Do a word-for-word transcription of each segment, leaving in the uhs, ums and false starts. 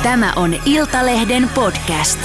Tämä on Iltalehden podcast.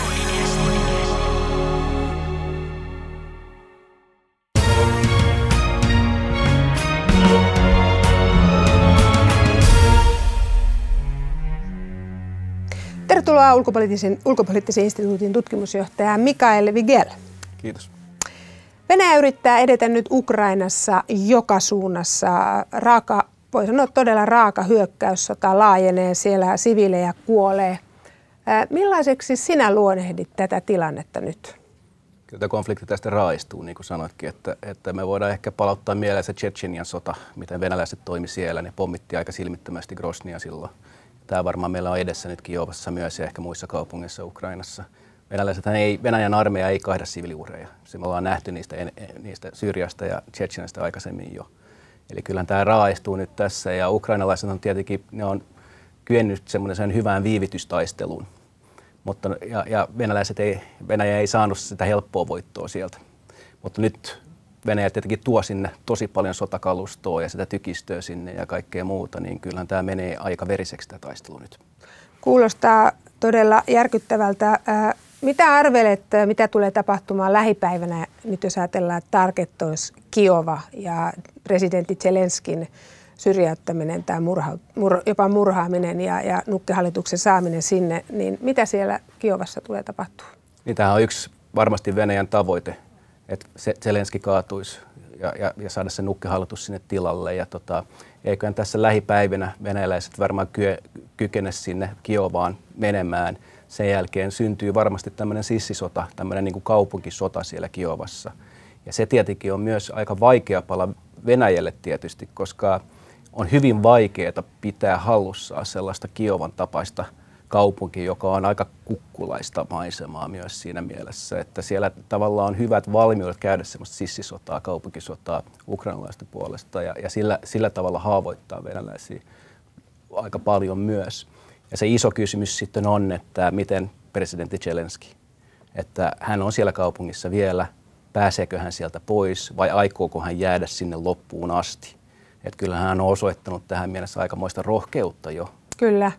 Tervetuloa ulkopoliittisen, ulkopoliittisen instituutin tutkimusjohtaja Mikael Wigel. Kiitos. Venäjä yrittää edetä nyt Ukrainassa joka suunnassa. Raaka, voi sanoa todella raaka hyökkäyssota laajenee, siellä siviilejä kuolee. Millaiseksi sinä luonnehdit tätä tilannetta nyt? Kyllä tämä konflikti tästä raaistuu, niin kuin sanoitkin, että, että me voidaan ehkä palauttaa mieleen se Tšetšenian sota, miten venäläiset toimi siellä. Ne pommitti aika silmittömästi Groznia silloin. Tämä varmaan meillä on edessä nyt Kiovassa myös ja ehkä muissa kaupungeissa Ukrainassa. Venäläisethän ei, Venäjän armeija ei kaihda siviiliuhreja. Se me ollaan nähty niistä, niistä Syyriasta ja Tšetšeniasta aikaisemmin jo. Eli kyllähän tämä raaistuu nyt tässä ja ukrainalaiset on tietenkin, ne on kyennyt semmoisen hyvään viivytystaisteluun. Mutta, ja, ja venäläiset ei, Venäjä ei saanut sitä helppoa voittoa sieltä. Mutta nyt Venäjä tietenkin tuo sinne tosi paljon sotakalustoa ja sitä tykistöä sinne ja kaikkea muuta, niin kyllähän tämä menee aika veriseksi tämä taistelu nyt. Kuulostaa todella järkyttävältä. Mitä arvelet, mitä tulee tapahtumaan lähipäivänä, nyt jos ajatellaan, että target olisi Kiova ja presidentti Zelenskin syrjäyttäminen tai murha, mur, jopa murhaaminen ja, ja nukkehallituksen saaminen sinne, niin mitä siellä Kiovassa tulee tapahtua? Niin, tämä on yksi varmasti Venäjän tavoite, että Zelenski kaatuisi ja, ja, ja saada se nukkehallitus sinne tilalle. Ja tota, eiköhän tässä lähipäivinä venäläiset varmaan ky, kykene sinne Kiovaan menemään. Sen jälkeen syntyy varmasti tämmöinen sissisota, tämmöinen niin kuin kaupunkisota siellä Kiovassa. Ja se tietenkin on myös aika vaikea pala Venäjälle tietysti, koska on hyvin vaikeaa pitää hallussaan sellaista Kiovan tapaista kaupunkia, joka on aika kukkulaista maisemaa myös siinä mielessä, että siellä tavallaan on hyvät valmiudet käydä semmoista sissisotaa, kaupunkisotaa ukrainalaisten puolesta ja, ja sillä, sillä tavalla haavoittaa venäläisiä aika paljon myös. Ja se iso kysymys sitten on, että miten presidentti Zelenski, että hän on siellä kaupungissa vielä, pääseekö hän sieltä pois vai aikooko hän jäädä sinne loppuun asti. Että kyllä hän on osoittanut tähän mielessä aikamoista rohkeutta jo. Kyllä.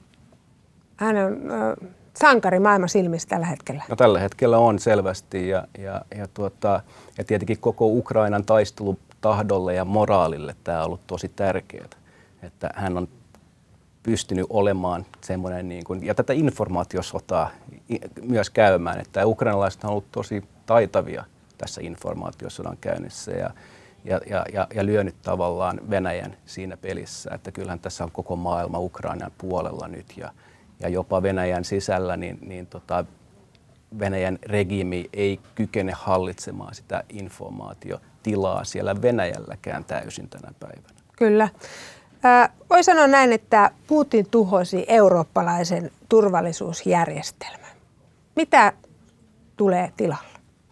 Hän on äh, sankari maailman silmissä tällä hetkellä. No, tällä hetkellä on selvästi ja, ja, ja, tuota, ja tietenkin koko Ukrainan taistelutahdolle ja moraalille tämä on ollut tosi tärkeää, että hän on pystynyt olemaan semmoinen, niin kuin, ja tätä informaatiosotaa myös käymään, että ukrainalaiset on ollut tosi taitavia tässä informaatiosodan käynnissä ja, ja, ja, ja, ja lyönyt tavallaan Venäjän siinä pelissä, että kyllähän tässä on koko maailma Ukrainan puolella nyt ja, ja jopa Venäjän sisällä, niin, niin tota, Venäjän regiimi ei kykene hallitsemaan sitä informaatiotilaa siellä Venäjälläkään täysin tänä päivänä. Kyllä. Äh, voi sanoa näin, että Putin tuhosi eurooppalaisen turvallisuusjärjestelmän. Mitä tulee tilalle?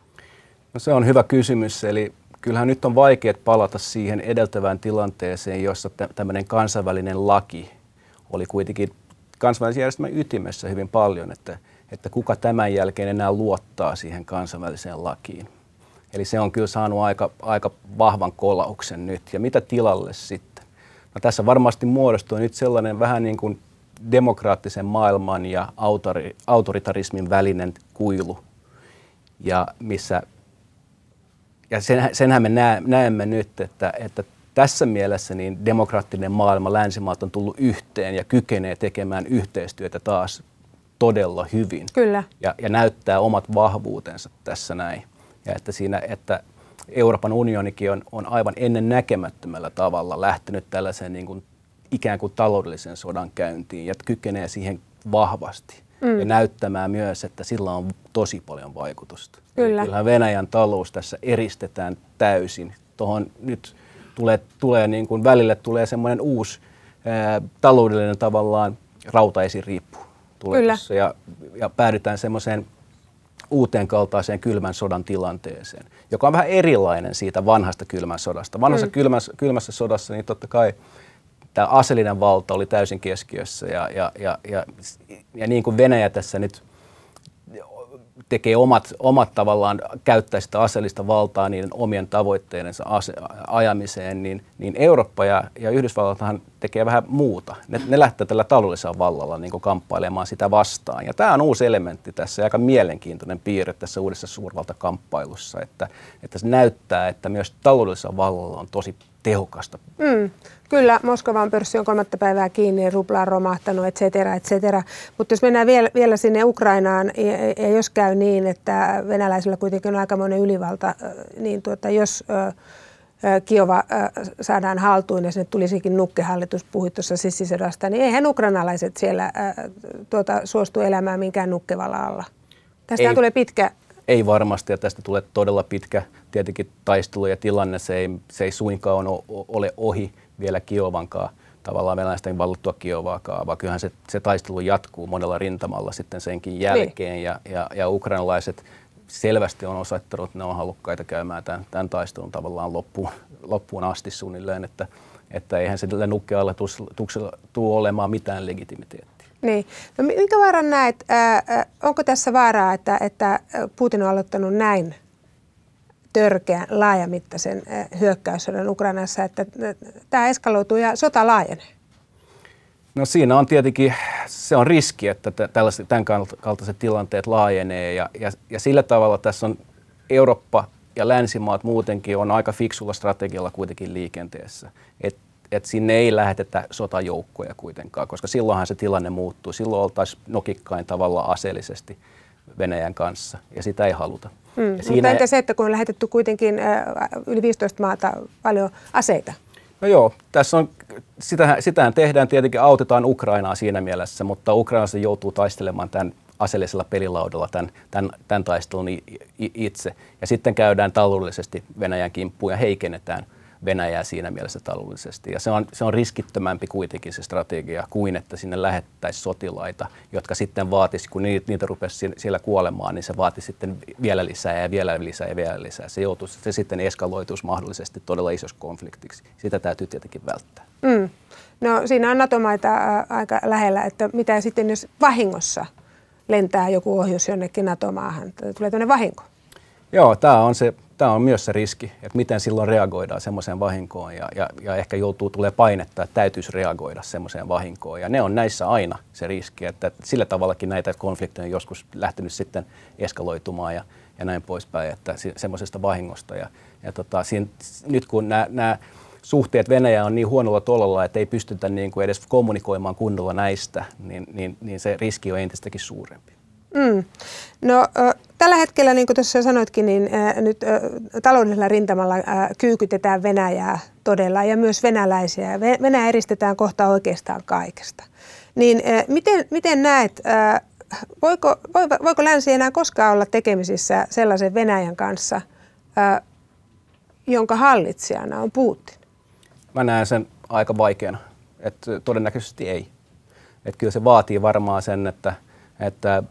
No, se on hyvä kysymys. Eli kyllähän nyt on vaikea palata siihen edeltävään tilanteeseen, jossa tämmöinen kansainvälinen laki oli kuitenkin kansainvälisen järjestelmän ytimessä hyvin paljon, että, että kuka tämän jälkeen enää luottaa siihen kansainväliseen lakiin. Eli se on kyllä saanut aika, aika vahvan kolauksen nyt. Ja mitä tilalle sitten? No, tässä varmasti muodostuu nyt sellainen vähän niin kuin demokraattisen maailman ja autori, autoritarismin välinen kuilu, ja missä Ja sen, senhän me näemme nyt, että, että tässä mielessä niin demokraattinen maailma, länsimaat on tullut yhteen ja kykenee tekemään yhteistyötä taas todella hyvin. Kyllä. Ja, ja näyttää omat vahvuutensa tässä näin. Ja että siinä, että Euroopan unionikin on, on aivan ennen näkemättömällä tavalla lähtenyt tällaiseen niin kuin ikään kuin taloudellisen sodan käyntiin ja kykenee siihen vahvasti. Mm. Ja näyttämään myös, että sillä on tosi paljon vaikutusta. Kyllä. Kyllähän Venäjän talous tässä eristetään täysin. Tuohon nyt tulee, tulee niin kuin välille tulee semmoinen uusi ää, taloudellinen tavallaan rautaesiriippu. Tulee ja, ja päädytään semmoiseen uuteen kaltaiseen kylmän sodan tilanteeseen, joka on vähän erilainen siitä vanhasta kylmän sodasta. Vanhassa mm. kylmässä, kylmässä sodassa niin totta kai tämä aseellinen valta oli täysin keskiössä ja, ja, ja, ja, ja niin kuin Venäjä tässä nyt tekee omat, omat tavallaan, käyttää sitä aseellista valtaa niiden omien tavoitteidensa ase- ajamiseen, niin, niin Eurooppa ja, ja Yhdysvallathan tekee vähän muuta. Ne, ne lähtee tällä taloudellisella vallalla niin kuin kamppailemaan sitä vastaan. Ja tämä on uusi elementti tässä, aika mielenkiintoinen piirre tässä uudessa suurvaltakamppailussa, että, että se näyttää, että myös taloudellisella vallalla on tosi tehokasta. Mm, kyllä, Moskovan pörssi on kolmatta päivää kiinni, rupla on romahtanut, et cetera, et cetera. Mutta jos mennään vielä, vielä sinne Ukrainaan, ja, ja jos käy niin, että venäläisillä kuitenkin on aikamoinen ylivalta, niin tuota, jos ö, Kiova ö, saadaan haltuun ja sinne tulisikin nukkehallitus, puhuit tuossa sissisodasta, niin eihän ukrainalaiset siellä ö, tuota, suostu elämään minkään nukkevalla alla. Tästä tulee pitkä... Ei varmasti, ja tästä tulee todella pitkä tietenkin taistelu ja tilanne. Se ei, se ei suinkaan ole ohi vielä Kiovankaan, tavallaan venäläisten valluttua Kiovaakaan, vaan kyllähän se, se taistelu jatkuu monella rintamalla sitten senkin jälkeen. Niin. Ja, ja, ja ukrainalaiset selvästi on osoittanut, että ne on halukkaita käymään tämän, tämän taistelun tavallaan loppuun, loppuun asti suunnilleen, että, että eihän sillä nukkehalituksella tule olemaan mitään legitimiteettiä. Niin. No, minkä vaaran näet, ää, onko tässä vaaraa, että, että Putin on aloittanut näin törkeän laajamittaisen ää, hyökkäyssodan Ukrainassa, että tämä eskaloituu ja sota laajenee? No siinä on tietenkin, se on riski, että tällaiset, tämän kaltaiset tilanteet laajenee ja, ja, ja sillä tavalla tässä on Eurooppa ja länsimaat muutenkin on aika fiksulla strategialla kuitenkin liikenteessä. Et, et sinne ei lähetetä sotajoukkoja kuitenkaan, koska silloinhan se tilanne muuttuu. Silloin oltaisiin nokikkain tavalla aseellisesti Venäjän kanssa ja sitä ei haluta. Hmm, mutta entä se, että kun on lähetetty kuitenkin äh, yli viisitoista maata paljon aseita? No joo, tässä on, sitähän, sitähän tehdään tietenkin, autetaan Ukrainaa siinä mielessä, mutta Ukraina joutuu taistelemaan tämän aseellisella pelilaudalla tämän, tämän, tämän taistelun itse. Ja sitten käydään taloudellisesti Venäjän kimppuun ja heikennetään Venäjää siinä mielessä taloudellisesti. Ja se on, se on riskittömämpi kuitenkin se strategia kuin että sinne lähettäisiin sotilaita, jotka sitten vaatisi, kun niitä, niitä rupesi siellä kuolemaan, niin se vaatisi sitten vielä lisää ja vielä lisää ja vielä lisää. Se joutuisi, se sitten eskaloituisi mahdollisesti todella isoksi konfliktiksi. Sitä täytyy tietenkin välttää. Mm. No siinä on NATO-maita ä, aika lähellä, että mitä sitten jos vahingossa lentää joku ohjus jonnekin NATO-maahan, tulee tämmöinen vahinko? Joo, tämä on se. Tämä on myös se riski, että miten silloin reagoidaan semmoiseen vahinkoon ja, ja, ja ehkä joutuu, tulee painetta, että täytyisi reagoida semmoiseen vahinkoon. Ja ne on näissä aina se riski, että sillä tavallakin näitä konflikteja on joskus lähtenyt sitten eskaloitumaan ja, ja näin poispäin, että semmoisesta vahingosta. Ja, ja tota, siinä, nyt kun nämä, nämä suhteet Venäjään on niin huonolla tolalla, että ei pystytä niin kuin edes kommunikoimaan kunnolla näistä, niin, niin, niin se riski on entistäkin suurempi. Mm. No tällä hetkellä, niin kuin tuossa sanoitkin, niin ä, nyt ä, taloudellisella rintamalla ä, kyykytetään Venäjää todella ja myös venäläisiä. Venäjä eristetään kohta oikeastaan kaikesta. Niin ä, miten, miten näet, ä, voiko, voiko länsi enää koskaan olla tekemisissä sellaisen Venäjän kanssa, ä, jonka hallitsijana on Putin? Mä näen sen aika vaikeana, että todennäköisesti ei. Että kyllä se vaatii varmaan sen, että, että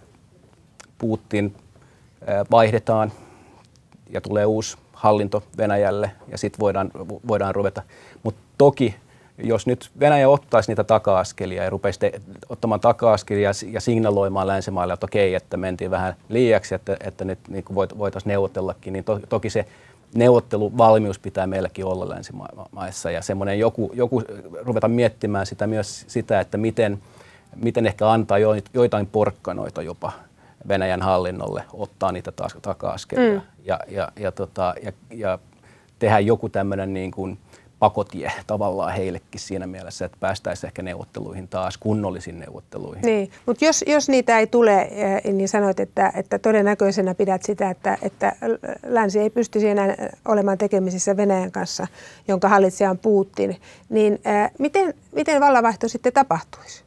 Putin vaihdetaan ja tulee uusi hallinto Venäjälle ja sitten voidaan, voidaan ruveta. Mutta toki, jos nyt Venäjä ottaisi niitä taka-askelia ja rupeisi te- ottamaan taka-askelia ja signaloimaan länsimaille, että okei, että mentiin vähän liiaksi, että, että nyt niin voitaisiin neuvotellakin, niin to- toki se neuvotteluvalmius pitää meilläkin olla länsimaissa ja semmoinen joku, joku ruveta miettimään sitä myös sitä, että miten, miten ehkä antaa joitain porkkanoita jopa Venäjän hallinnolle, ottaa niitä taas taka-askelia mm. ja, ja, ja, tota, ja, ja tehdä joku tämmöinen niin kuin pakotie tavallaan heillekin siinä mielessä, että päästäisiin ehkä neuvotteluihin taas, kunnollisiin neuvotteluihin. Niin, mutta jos, jos niitä ei tule, niin sanoit, että, että todennäköisenä pidät sitä, että, että länsi ei pystyisi enää olemaan tekemisissä Venäjän kanssa, jonka hallitsija on Putin, niin äh, miten, miten vallanvaihto sitten tapahtuisi?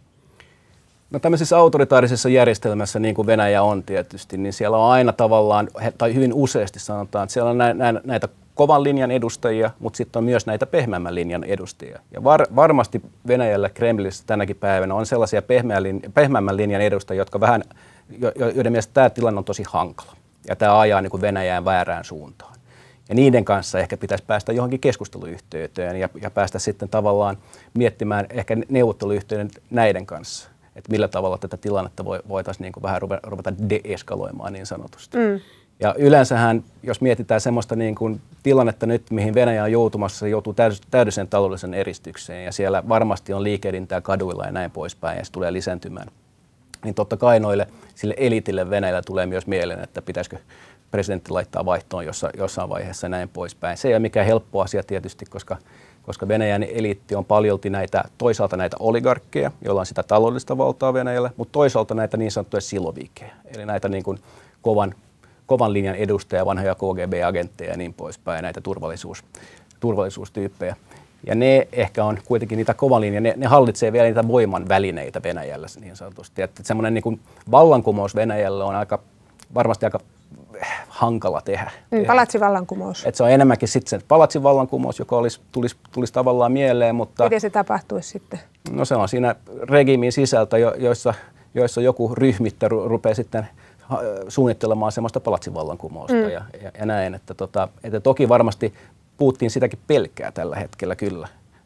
No tämmöisessä autoritaarisessa järjestelmässä, niin kuin Venäjä on tietysti, niin siellä on aina tavallaan, tai hyvin useasti sanotaan, että siellä on nä, nä, näitä kovan linjan edustajia, mutta sitten on myös näitä pehmeämmän linjan edustajia. Ja var, varmasti Venäjällä, Kremlissä tänäkin päivänä on sellaisia pehmeämmän linjan edustajia, jotka vähän, joiden mielestä tämä tilanne on tosi hankala. Ja tämä ajaa niin kuin Venäjään väärään suuntaan. Ja niiden kanssa ehkä pitäisi päästä johonkin keskusteluyhteyteen ja, ja päästä sitten tavallaan miettimään ehkä neuvotteluyhteyden näiden kanssa. että millä tavalla tätä tilannetta voitaisiin niin kuin vähän ruveta deeskaloimaan niin sanotusti. Mm. Ja yleensähän, jos mietitään semmoista niin kuin tilannetta nyt, mihin Venäjä on joutumassa, se joutuu täydelliseen taloudellisen eristykseen ja siellä varmasti on liikehdintää kaduilla ja näin poispäin ja se tulee lisääntymään. Niin totta kai noille sille elitille Venäjällä tulee myös mieleen, että pitäisikö presidentti laittaa vaihtoon jossa, jossain vaiheessa ja näin poispäin. Se ei ole mikään helppo asia tietysti, koska, koska Venäjän eliitti on paljolti näitä, toisaalta näitä oligarkkeja, joilla on sitä taloudellista valtaa Venäjällä, mutta toisaalta näitä niin sanottuja siloviikkeja, eli näitä niin kuin kovan, kovan linjan edustajia, vanhoja K G B-agentteja ja niin poispäin, näitä turvallisuus, turvallisuustyyppejä. Ja ne ehkä on kuitenkin niitä kovan linjan, ne, ne hallitsee vielä niitä voiman välineitä Venäjällä niin sanotusti. Että semmoinen niin kuin vallankumous Venäjällä on aika, varmasti aika hankala tehdä. Mm, palatsivallankumous. Et se on enemmänkin sitten se palatsivallankumous, joka olisi, tulisi, tulisi tavallaan mieleen. Mutta miten se tapahtuisi sitten? No se on siinä regiimin sisältä, jo, joissa, joissa joku ryhmittä ru, rupeaa sitten suunnittelemaan semmoista palatsivallankumousta mm. ja, ja, ja näin. Että, tota, että toki varmasti Putin sitäkin pelkää tällä hetkellä kyllä.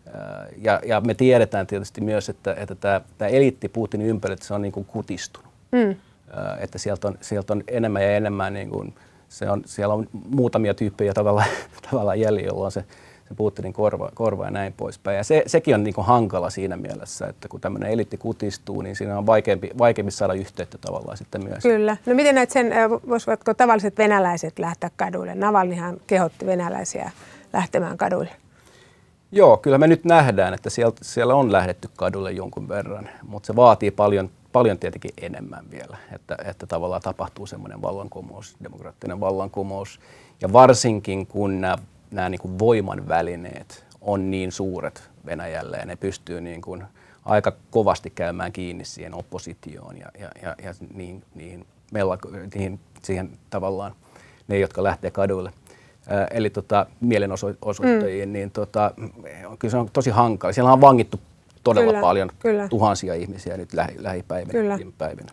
Ja, ja me tiedetään tietysti myös, että, että tämä, tämä eliitti Putinin ympärillä, se on niin kuin kutistunut. Mm. Että sieltä on, sieltä on enemmän ja enemmän, niin kuin, se on, siellä on muutamia tyyppejä tavallaan, tavallaan jäljellä, jolla on se, se Putinin korva, korva ja näin poispäin. Ja se, sekin on niin kuin hankala siinä mielessä, että kun tämmöinen eliitti kutistuu, niin siinä on vaikeampi, vaikeampi saada yhteyttä tavallaan sitten myös. Kyllä. No miten näet sen, voisivatko tavalliset venäläiset lähteä kaduille? Navalnyhan kehotti venäläisiä lähtemään kaduille. Joo, kyllä me nyt nähdään, että siellä, siellä on lähdetty kadulle jonkun verran, mutta se vaatii paljon, paljon tietenkin enemmän vielä, että, että tavallaan tapahtuu semmoinen vallankumous, demokraattinen vallankumous. Ja varsinkin kun nämä, nämä niin kuin voiman välineet on niin suuret Venäjälle ja ne pystyy niin kuin aika kovasti käymään kiinni siihen oppositioon ja, ja, ja, ja niihin, niihin, niihin, siihen tavallaan ne, jotka lähtee kaduille. Eli tota, mielenosoittajiin, mm. niin tota, kyllä se on tosi hankala. Siellä on vangittu todella kyllä, paljon, kyllä. tuhansia ihmisiä nyt lähi, lähipäivinä. Päivinä.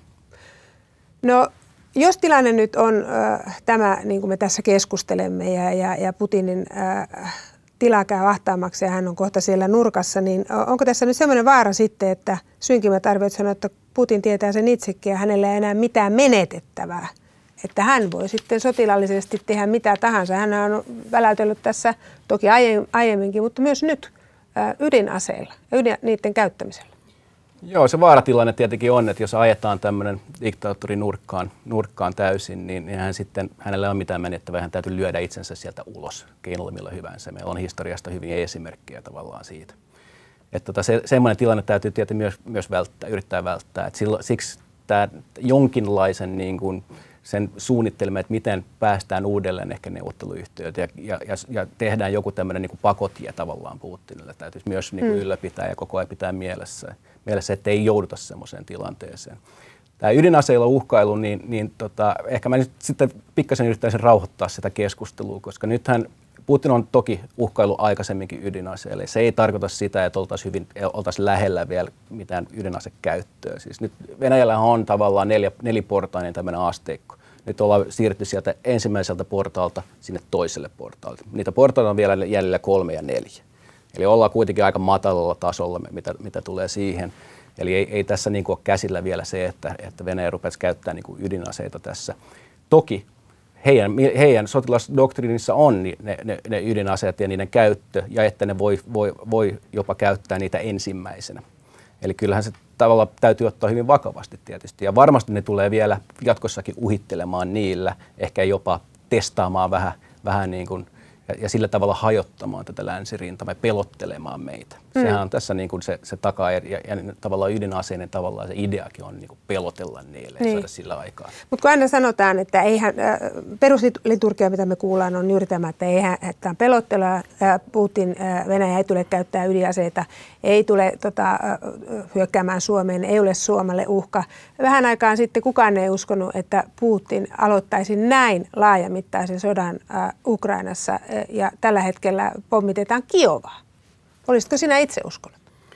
No, jos tilanne nyt on äh, tämä, niin kuin me tässä keskustelemme, ja, ja, ja Putinin äh, tila käy ahtaamaksi ja hän on kohta siellä nurkassa, niin onko tässä nyt sellainen vaara sitten, että synkimmät arviot sanoo, että Putin tietää sen itsekin ja hänellä ei enää mitään menetettävää? Että hän voi sitten sotilaallisesti tehdä mitä tahansa. Hän on väläytellyt tässä toki aiemminkin, mutta myös nyt ydinaseilla ja ydin, niiden käyttämisellä. Joo, se vaaratilanne tietenkin on, että jos ajetaan tämmöinen diktaattori nurkkaan, nurkkaan täysin, niin, niin hän sitten, hänellä ei ole mitään menettävää, hän täytyy lyödä itsensä sieltä ulos keinolla millä hyvänsä. Meillä on historiasta hyviä esimerkkejä tavallaan siitä. Että tota, se, semmoinen tilanne täytyy tietenkin myös, myös välttää, yrittää välttää. Et silloin, siksi tämä jonkinlaisen niin kuin, sen suunnittelemme, että miten päästään uudelleen ehkä neuvotteluyhteyteen ja, ja, ja, ja tehdään joku tämmöinen niin kuin pakotie tavallaan Putinille. Täytyisi myös niin kuin mm. ylläpitää ja koko ajan pitää mielessä, mielessä, että ei jouduta semmoiseen tilanteeseen. Tämä ydinaseilla uhkailu, niin, niin tota, ehkä mä nyt sitten pikkasen yrittäisin rauhoittaa sitä keskustelua, koska nythän Putin on toki uhkailu aikaisemminkin ydinaseille. Se ei tarkoita sitä, että oltaisiin hyvin, oltaisiin lähellä vielä mitään ydinasekäyttöä. Siis nyt Venäjällä on tavallaan neljä, neliportainen tämmöinen asteikko. Nyt ollaan siirrytty sieltä ensimmäiseltä portaalta sinne toiselle portaalille. Niitä portaaleja on vielä jäljellä kolme ja neljä. Eli ollaan kuitenkin aika matalalla tasolla, mitä, mitä tulee siihen. Eli ei, ei tässä niin kuin ole käsillä vielä se, että, että Venäjä rupeaisi käyttämään niin kuin ydinaseita tässä. Toki Heidän, heidän sotilasdoktriinissa on ne, ne, ne ydinaseet ja niiden käyttö, ja että ne voi, voi, voi jopa käyttää niitä ensimmäisenä. Eli kyllähän se tavallaan täytyy ottaa hyvin vakavasti tietysti. Ja varmasti ne tulee vielä jatkossakin uhittelemaan niillä, ehkä jopa testaamaan vähän, vähän niin kuin, ja, ja sillä tavalla hajottamaan tätä länsirintamaa ja pelottelemaan meitä. Mm. Sehän on tässä niin kuin se, se takaa, ja, ja, ja tavallaan ydinaseinen tavallaan se ideakin on niin kuin pelotella niille ja niin. saada sillä aikaa. Mutta kun aina sanotaan, että eihän, äh, perusliturgia, mitä me kuullaan, on juuri tämä, että eihän että on pelottelua, äh, Putin, äh, Venäjä ei tule käyttää ydinaseita, ei tule tota, äh, hyökkäämään Suomeen, ei ole Suomelle uhka. Vähän aikaan sitten kukaan ei uskonut, että Putin aloittaisi näin laajamittaisen sodan äh, Ukrainassa, äh, ja tällä hetkellä pommitetaan Kiovaa. Olisitko sinä itse uskonut?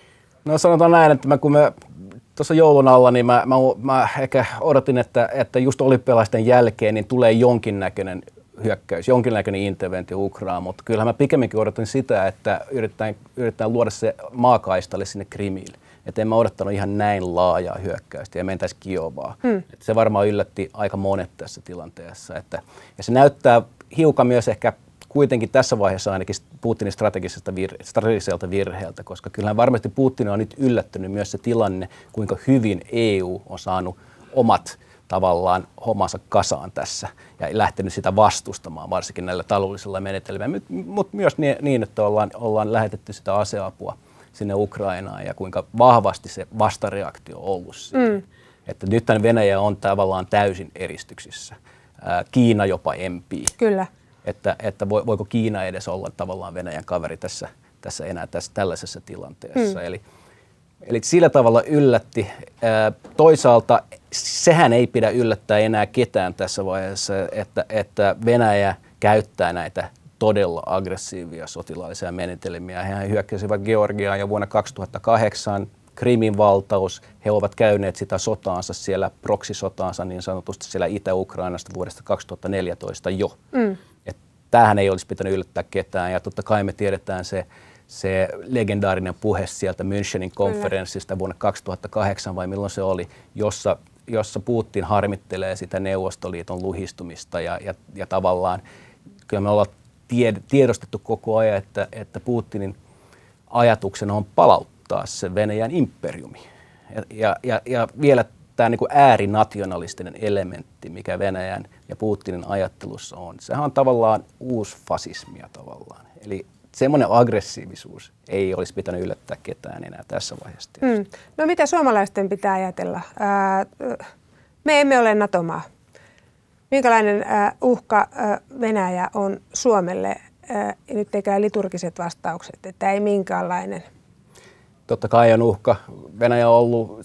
No sanotaan näin, että mä, kun mä tuossa joulun alla, niin mä, mä, mä ehkä odotin, että, että just olympialaisten jälkeen niin tulee jonkinnäköinen hyökkäys, jonkinnäköinen interventio Ukrainaan, mutta kyllähän mä pikemminkin odotin sitä, että yritetään, yritetään luoda se maakaistalle sinne Krimille. että en mä odottanut ihan näin laajaa hyökkäystä ja mentäisiin Kiovaa. Mm. Se varmaan yllätti aika monet tässä tilanteessa. Että, ja se näyttää hiukan myös ehkä kuitenkin tässä vaiheessa ainakin Putinin strategisesta virhe, strategiselta virheeltä, koska kyllähän varmasti Putin on nyt yllättynyt myös se tilanne, kuinka hyvin E U on saanut omat tavallaan hommansa kasaan tässä ja lähtenyt sitä vastustamaan, varsinkin näillä taloudellisilla menetelmillä, mutta myös niin, että ollaan, ollaan lähetetty sitä aseapua sinne Ukrainaan ja kuinka vahvasti se vastareaktio on ollut siinä. Mm. Että nythän Venäjä on tavallaan täysin eristyksissä. Kiina jopa empii. Kyllä. Että, että voiko Kiina edes olla tavallaan Venäjän kaveri tässä, tässä enää tässä, tällaisessa tilanteessa. Mm. Eli, eli sillä tavalla yllätti. Toisaalta sehän ei pidä yllättää enää ketään tässä vaiheessa, että, että Venäjä käyttää näitä todella aggressiivia sotilaallisia menetelmiä. He hyökkäsivät Georgiaan jo vuonna kaksituhattakahdeksan, Krimin valtaus. He ovat käyneet sitä sotaansa siellä, proksisotaansa niin sanotusti siellä Itä-Ukrainasta vuodesta kaksituhattaneljätoista jo. Mm. Tämähän ei olisi pitänyt yllättää ketään ja totta kai me tiedetään se, se legendaarinen puhe sieltä Münchenin konferenssista vuonna kaksituhattakahdeksan vai milloin se oli, jossa, jossa Putin harmittelee sitä Neuvostoliiton luhistumista ja, ja, ja tavallaan kyllä me ollaan tiedostettu koko ajan, että, että Putinin ajatuksena on palauttaa se Venäjän imperiumi. Ja, ja, ja, ja vielä tämä niin kuin äärinationalistinen elementti, mikä Venäjän ja Putinin ajattelussa on, sehän on tavallaan uusfasismia tavallaan. Eli semmoinen aggressiivisuus ei olisi pitänyt yllättää ketään enää tässä vaiheessa. Mm. No mitä suomalaisten pitää ajatella? Ää, me emme ole NATO-maa. Minkälainen ää, uhka ää, Venäjä on Suomelle? Ää, nyt tekee liturgiset vastaukset, että ei minkäänlainen. Totta kai on uhka. Venäjä on ollut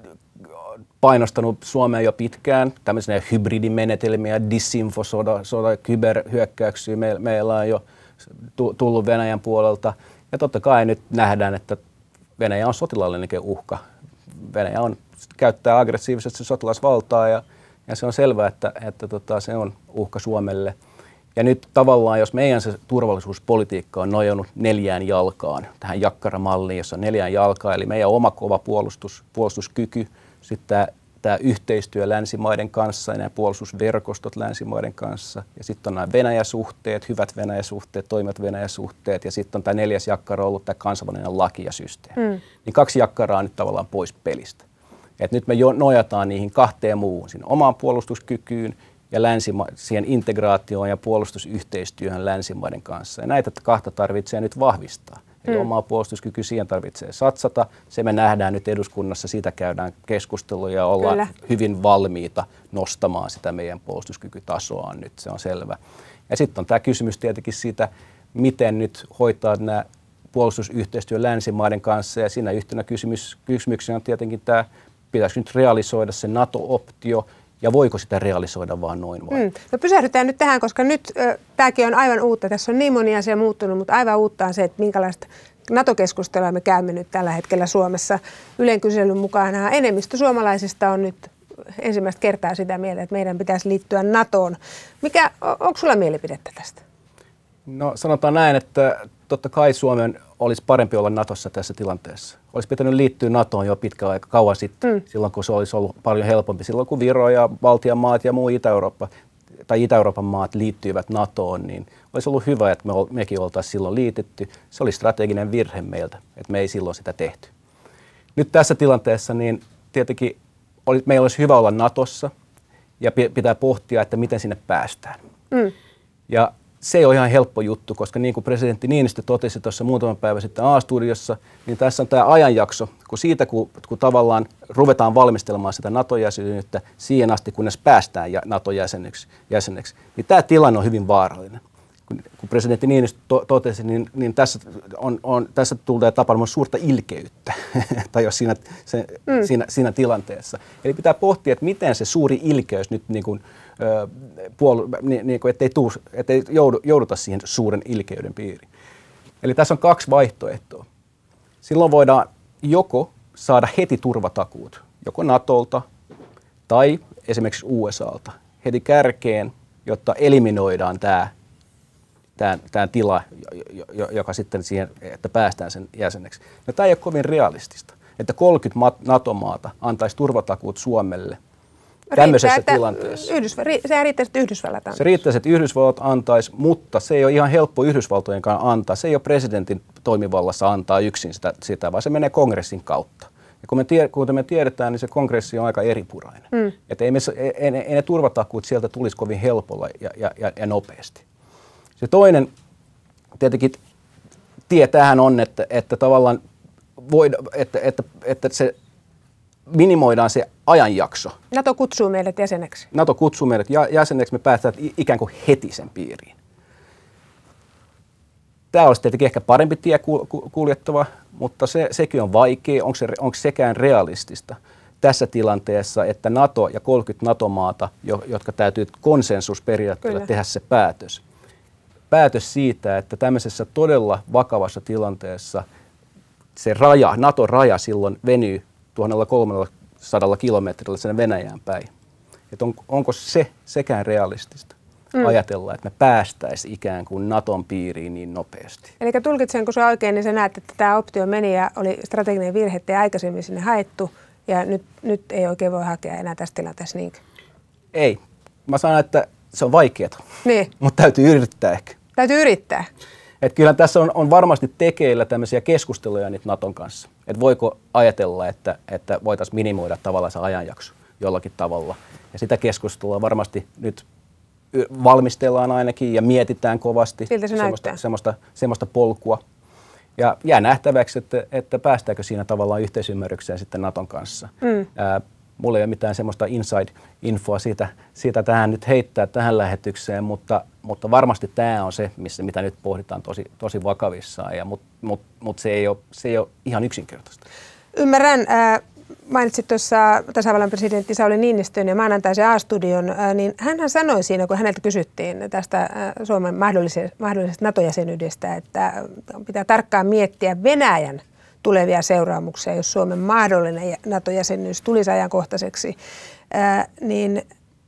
painostanut Suomea jo pitkään. Tämmöisiä hybridimenetelmiä, disinfosota, sota, kyberhyökkäyksiä me, meillä on jo tullut Venäjän puolelta. Ja totta kai nyt nähdään, että Venäjä on sotilaallinenkin uhka. Venäjä on, käyttää aggressiivisesti sotilasvaltaa ja, ja se on selvää, että, että tota, se on uhka Suomelle. Ja nyt tavallaan, jos meidän se turvallisuuspolitiikka on nojannut neljään jalkaan, tähän jakkaramalliin, jossa on neljään jalkaa, eli meidän oma kova puolustus, puolustuskyky, sitten tämä, tämä yhteistyö länsimaiden kanssa ja nämä puolustusverkostot länsimaiden kanssa. Ja sitten on nämä Venäjä-suhteet, hyvät Venäjä-suhteet, toimivat Venäjä-suhteet. Ja sitten on tämä neljäs jakkara ollut tämä kansainvälinen laki ja systeemi. Mm. Niin kaksi jakkaraa on nyt tavallaan pois pelistä. Et nyt me jo nojataan niihin kahteen muuhun, siinä omaan puolustuskykyyn ja länsima- siihen integraatioon ja puolustusyhteistyöhön länsimaiden kanssa. Ja näitä kahta tarvitsee nyt vahvistaa. Eli mm. omaa puolustuskyky siihen tarvitsee satsata. Se me nähdään nyt eduskunnassa, siitä käydään keskustelua ja ollaan Kyllä. hyvin valmiita nostamaan sitä meidän puolustuskykytasoa nyt, se on selvä. Ja sitten on tämä kysymys tietenkin siitä, miten nyt hoitaa nämä puolustusyhteistyö länsimaiden kanssa. Ja siinä yhtenä kysymys, kysymyksenä on tietenkin tämä, pitäisikö nyt realisoida se NATO-optio, ja voiko sitä realisoida vaan noin vai? Mm. No pysähdytään nyt tähän, koska nyt äh, tämäkin on aivan uutta. Tässä on niin moni asia muuttunut, mutta aivan uutta on se, että minkälaista NATO-keskustelua me käymme nyt tällä hetkellä Suomessa. Ylen kyselyn mukaan enemmistö suomalaisista on nyt ensimmäistä kertaa sitä mieltä, että meidän pitäisi liittyä NATOon. Mikä, onko sulla mielipidettä tästä? No sanotaan näin, että totta kai Suomen olisi parempi olla Natossa tässä tilanteessa. Olisi pitänyt liittyä NATOon jo pitkä aika kauan sitten, mm. silloin kun se olisi ollut paljon helpompi. Silloin kun Viro ja Baltian maat ja muu Itä-Eurooppa tai Itä-Euroopan maat liittyivät NATOon, niin olisi ollut hyvä, että me, mekin oltaisiin silloin liitetty. Se oli strateginen virhe meiltä, että me ei silloin sitä tehty. Nyt tässä tilanteessa niin tietenkin oli, meillä olisi hyvä olla NATOssa ja pitää pohtia, että miten sinne päästään. Mm. Ja se ei ole ihan helppo juttu, koska niin kuin presidentti Niinistö totesi tuossa muutaman päivän sitten A-studiossa, niin tässä on tämä ajanjakso, kun siitä kun, kun tavallaan ruvetaan valmistelemaan sitä NATO-jäsenyyttä siihen asti, kunnes päästään NATO-jäseneksi, jäseneksi, niin tämä tilanne on hyvin vaarallinen. Kun, kun presidentti Niinistö to, totesi, niin, niin tässä, on, on, tässä tulee tapahtumaan suurta ilkeyttä tai jos siinä, se, mm. siinä, siinä tilanteessa. Eli pitää pohtia, että miten se suuri ilkeys nyt niin kuin, Puolu, niin, niin kuin, ettei, tuu, ettei joudu, jouduta siihen suuren ilkeyden piiriin. Eli tässä on kaksi vaihtoehtoa. Silloin voidaan joko saada heti turvatakuut, joko NATOlta tai esimerkiksi U S A:lta heti kärkeen, jotta eliminoidaan tämä, tämä, tämä tila, joka sitten siihen, että päästään sen jäseneksi. No, tämä ei ole kovin realistista. että kolmekymmentä NATO-maata antaisi turvatakuut Suomelle tämmöisessä riittää, tilanteessa. Yhdysv- se riittää, että Yhdysvallat antaisi. Se riittää, että Yhdysvallat antaisi, mutta se ei ole ihan helppo Yhdysvaltojenkaan antaa. Se ei ole presidentin toimivallassa antaa yksin sitä, sitä vaan se menee kongressin kautta. Ja kun me, tie, kuten me tiedetään, niin se kongressi on aika eripurainen. Mm. Että ei, me, ei, ei, ei ne turvatakuut sieltä tulisi kovin helpolla ja, ja, ja, ja nopeasti. Se toinen tietenkin tie tähän on, että, että tavallaan voida, että, että, että se minimoidaan se ajanjakso. NATO kutsuu meidät jäseneksi. NATO kutsuu meidät jäseneksi, me päästään ikään kuin heti sen piiriin. Tämä olisi tietenkin ehkä parempi tie kuljettava, mutta se, sekin on vaikea. Onko, se, onko sekään realistista tässä tilanteessa, että NATO ja kolmekymmentä NATO-maata, jotka täytyy konsensusperiaatteella Kyllä. tehdä se päätös. Päätös siitä, että tämmöisessä todella vakavassa tilanteessa se raja, NATO-raja silloin venyy tuhatkolmesataa kilometrillä sen Venäjään päin. Että on, onko se sekään realistista? Mm. Ajatella, että me päästäisiin ikään kuin Naton piiriin niin nopeasti. Eli tulkitsenko se oikein, niin sä näet, että tämä optio meni ja oli strateginen virhe, ettei aikaisemmin sinne haettu ja nyt, nyt ei oikein voi hakea enää tässä tilanteessa niinkö? Ei. Mä sanon, että se on vaikeaa, niin. mutta täytyy yrittää ehkä. Täytyy yrittää. Että kyllä tässä on, on varmasti tekeillä tämmöisiä keskusteluja nyt Naton kanssa. Että voiko ajatella, että, että voitaisiin minimoida tavallaan se ajanjakso jollakin tavalla. Ja sitä keskustelua varmasti nyt valmistellaan ainakin ja mietitään kovasti Siltä se semmoista, semmoista, semmoista polkua. Ja jää nähtäväksi, että, että päästäänkö siinä tavallaan yhteisymmärrykseen sitten Naton kanssa. Mm. Ää, mulla ei ole mitään semmoista inside-infoa siitä, siitä tähän nyt heittää tähän lähetykseen, mutta, mutta varmasti tämä on se, missä, mitä nyt pohditaan tosi, tosi vakavissaan, mutta mut, mut se, ei ole, se ei ole ihan yksinkertaista. Ymmärrän. Äh, mainitsit tuossa tasavallan presidentti Sauli Niinistön ja maanantaisen A-studion, äh, niin hänhän sanoi siinä, kun häneltä kysyttiin tästä äh, Suomen mahdollisesta, mahdollisesta NATO-jäsenyydestä, että pitää tarkkaan miettiä Venäjän tulevia seuraamuksia, jos Suomen mahdollinen NATO-jäsenyys tulisi ajankohtaiseksi, ää, niin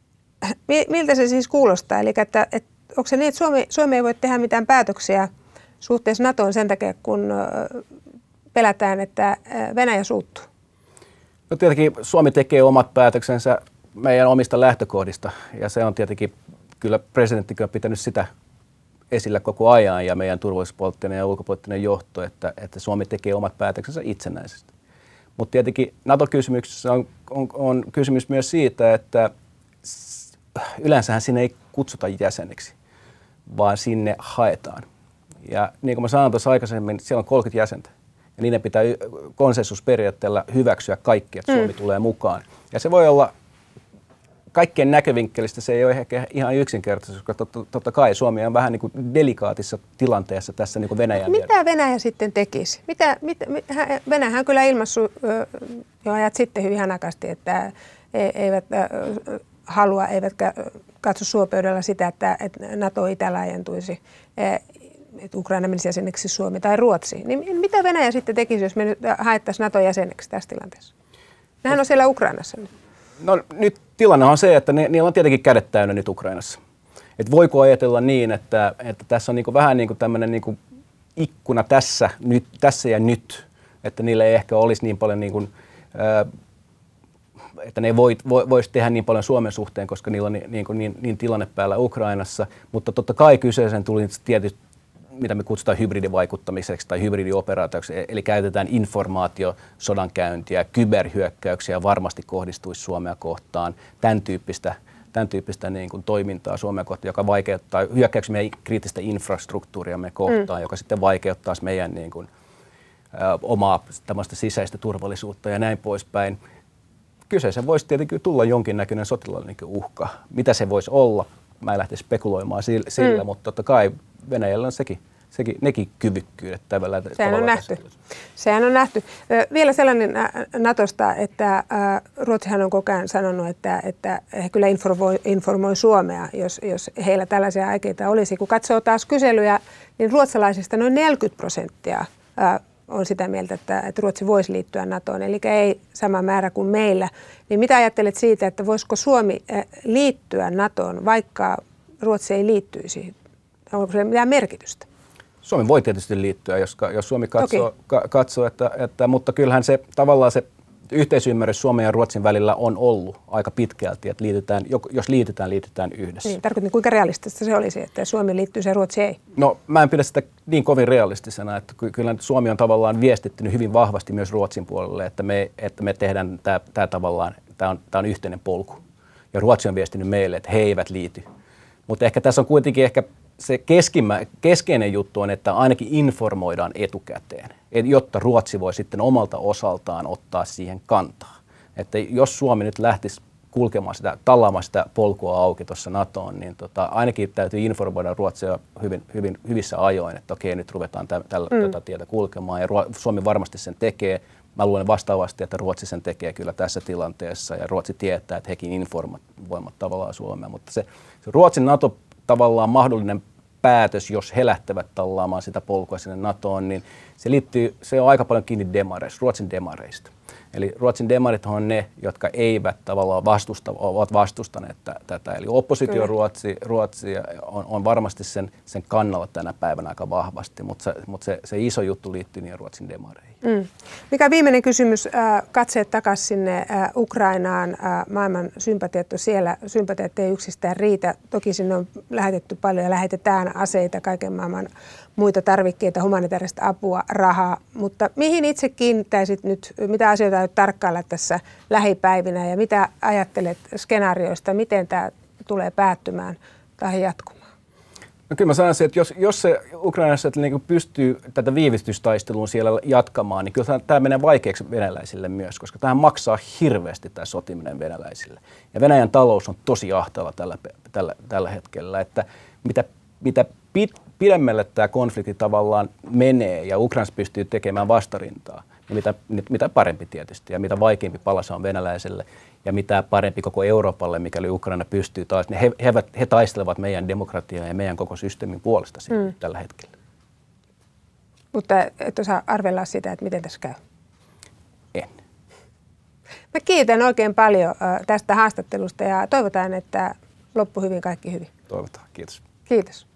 miltä se siis kuulostaa? Eli että, että onko se niin, että Suomi, Suomi ei voi tehdä mitään päätöksiä suhteessa NATOon sen takia, kun pelätään, että Venäjä suuttuu? No tietenkin Suomi tekee omat päätöksensä meidän omista lähtökohdista ja se on tietenkin, kyllä presidenttikin on pitänyt sitä esillä koko ajan ja meidän turvallisuuspoliittinen ja ulkopoliittinen johto, että, että Suomi tekee omat päätöksensä itsenäisesti. Mutta tietenkin NATO-kysymyksessä on, on, on kysymys myös siitä, että yleensähän sinne ei kutsuta jäseneksi, vaan sinne haetaan. Ja niin kuin mä sanoin tuossa aikaisemmin, siellä on kolmekymmentä jäsentä ja niiden pitää konsensusperiaatteella hyväksyä kaikki, että Suomi mm. tulee mukaan. Ja se voi olla kaikkien näkövinkkelistä se ei ole ehkä ihan yksinkertaisesti, koska totta, totta kai Suomi on vähän niin kuin delikaatissa tilanteessa tässä niin kuin Venäjän Mitä vieressä. Venäjä sitten tekisi? Mitä, mitä, Venäjä on kyllä ilmaissut jo ajat sitten hyvin hanakasti, että eivät halua, eivätkä katso suopöydällä sitä, että, että NATO itälaajentuisi, että Ukraina menisi jäseneksi Suomi tai Ruotsi. Niin mitä Venäjä sitten tekisi, jos me nyt haettaisiin NATO-jäseneksi tässä tilanteessa? Nehän on siellä Ukrainassa nyt. No nyt tilanne on se, että ne, niillä on tietenkin kädet täynnä nyt Ukrainassa. Et voiko ajatella niin, että, että tässä on niinku vähän niin kuin tämmöinen niinku ikkuna tässä, nyt, tässä ja nyt, että niillä ei ehkä olisi niin paljon, niinku, ää, että ne ei voi, voi, voisi tehdä niin paljon Suomen suhteen, koska niillä on niin, niin, niin, niin tilanne päällä Ukrainassa. Mutta totta kai kyseeseen tuli tietysti, mitä me kutsutaan hybridivaikuttamiseksi tai hybridioperaatioksi, eli käytetään informaatiosodankäyntiä, kyberhyökkäyksiä varmasti kohdistuisi Suomea kohtaan, tämän tyyppistä, tämän tyyppistä niin kuin toimintaa Suomea kohtaan, joka vaikeuttaa hyökkäyksiä meidän kriittistä infrastruktuuriamme kohtaan, mm. joka sitten vaikeuttaa meidän niin kuin, ä, omaa tämmöistä sisäistä turvallisuutta ja näin poispäin. Kyseessä voisi tietenkin tulla jonkinnäköinen sotilaallinen uhka. Mitä se voisi olla? Mä en lähtisi spekuloimaan sillä, mm. mutta totta kai Venäjällä on sekin, sekin, nekin kyvykkyydet tavallaan. Sehän on nähty. Sehän on nähty. Vielä sellainen Natosta, että Ruotsihan on koko ajan sanonut, että, että he kyllä informoi, informoi Suomea, jos, jos heillä tällaisia aikeita olisi. Kun katsoo taas kyselyjä, niin ruotsalaisista noin neljäkymmentä prosenttia on sitä mieltä, että, että Ruotsi voisi liittyä NATOon, eli ei sama määrä kuin meillä. Niin mitä ajattelet siitä, että voisiko Suomi liittyä NATOon, vaikka Ruotsi ei liittyisi? Onko sillä mitään merkitystä? Suomi voi tietysti liittyä, jos, jos Suomi katsoo, ka, katsoo että, että, mutta kyllähän se tavallaan se yhteisymmärrys Suomen ja Ruotsin välillä on ollut aika pitkälti, että liitytään, jos liitytään, liitytään yhdessä. Niin, tarkoitan, kuinka realistista se olisi, että Suomi liittyy ja Ruotsi ei? No mä en pidä sitä niin kovin realistisena, että kyllä Suomi on tavallaan viestittynyt hyvin vahvasti myös Ruotsin puolelle, että me, että me tehdään tämä, tämä tavallaan, tämä on, tämä on yhteinen polku. Ja Ruotsi on viestinyt meille, että he eivät liity. Mutta ehkä tässä on kuitenkin ehkä se keskimä, keskeinen juttu on, että ainakin informoidaan etukäteen, jotta Ruotsi voi sitten omalta osaltaan ottaa siihen kantaa. Että jos Suomi nyt lähtisi kulkemaan sitä, tallaamaan sitä polkua auki tuossa NATOon, niin tota, ainakin täytyy informoida Ruotsia hyvin, hyvin, hyvissä ajoin, että okei, nyt ruvetaan tä, tällä mm. tätä tietä kulkemaan. Ja Suomi varmasti sen tekee. Mä luulen vastaavasti, että Ruotsi sen tekee kyllä tässä tilanteessa, ja Ruotsi tietää, että hekin informoivat tavallaan Suomea. Mutta se, se Ruotsin NATO tavallaan mahdollinen päätös, jos he lähtevät tallaamaan sitä polkua sinne NATOon, niin se liittyy, se on aika paljon kiinni demareista, Ruotsin demareista. Eli Ruotsin demarit on ne, jotka eivät tavallaan vastusta, ovat vastustaneet tätä. Eli oppositio Ruotsi, Ruotsi on, on varmasti sen, sen kannalla tänä päivänä aika vahvasti, mutta se, mutta se, se iso juttu liittyy niin Ruotsin demareihin. Mm. Mikä viimeinen kysymys, katseet takaisin sinne Ukrainaan, maailman sympatiat on siellä, sympatiat ei yksistään riitä. Toki sinne on lähetetty paljon ja lähetetään aseita, kaiken maailman muita tarvikkeita, humanitaarista apua, rahaa, mutta mihin itse kiinnittäisit nyt, mitä asioita aiot tarkkailla tässä lähipäivinä ja mitä ajattelet skenaarioista, miten tämä tulee päättymään tai jatkumaan? No kyllä mä sanoisin, että jos, jos se Ukrainassa niin pystyy tätä viivystystaistelua siellä jatkamaan, niin kyllä tämä menee vaikeaksi venäläisille myös, koska tähän maksaa hirveästi tämä sotiminen venäläisille. Ja Venäjän talous on tosi ahtaalla tällä, tällä, tällä hetkellä, että mitä, mitä pit, pidemmälle tämä konflikti tavallaan menee ja Ukrainassa pystyy tekemään vastarintaa, niin mitä, mitä parempi tietysti ja mitä vaikeampi pala se on venäläiselle ja mitä parempi koko Euroopalle, mikäli Ukraina pystyy taas, niin he, he, he taistelevat meidän demokratiaa ja meidän koko systeemin puolesta mm. tällä hetkellä. Mutta et osaa arvella sitä, että miten tässä käy? En. Mä kiitän oikein paljon tästä haastattelusta ja toivotaan, että loppu hyvin, kaikki hyvin. Toivotaan. Kiitos. Kiitos.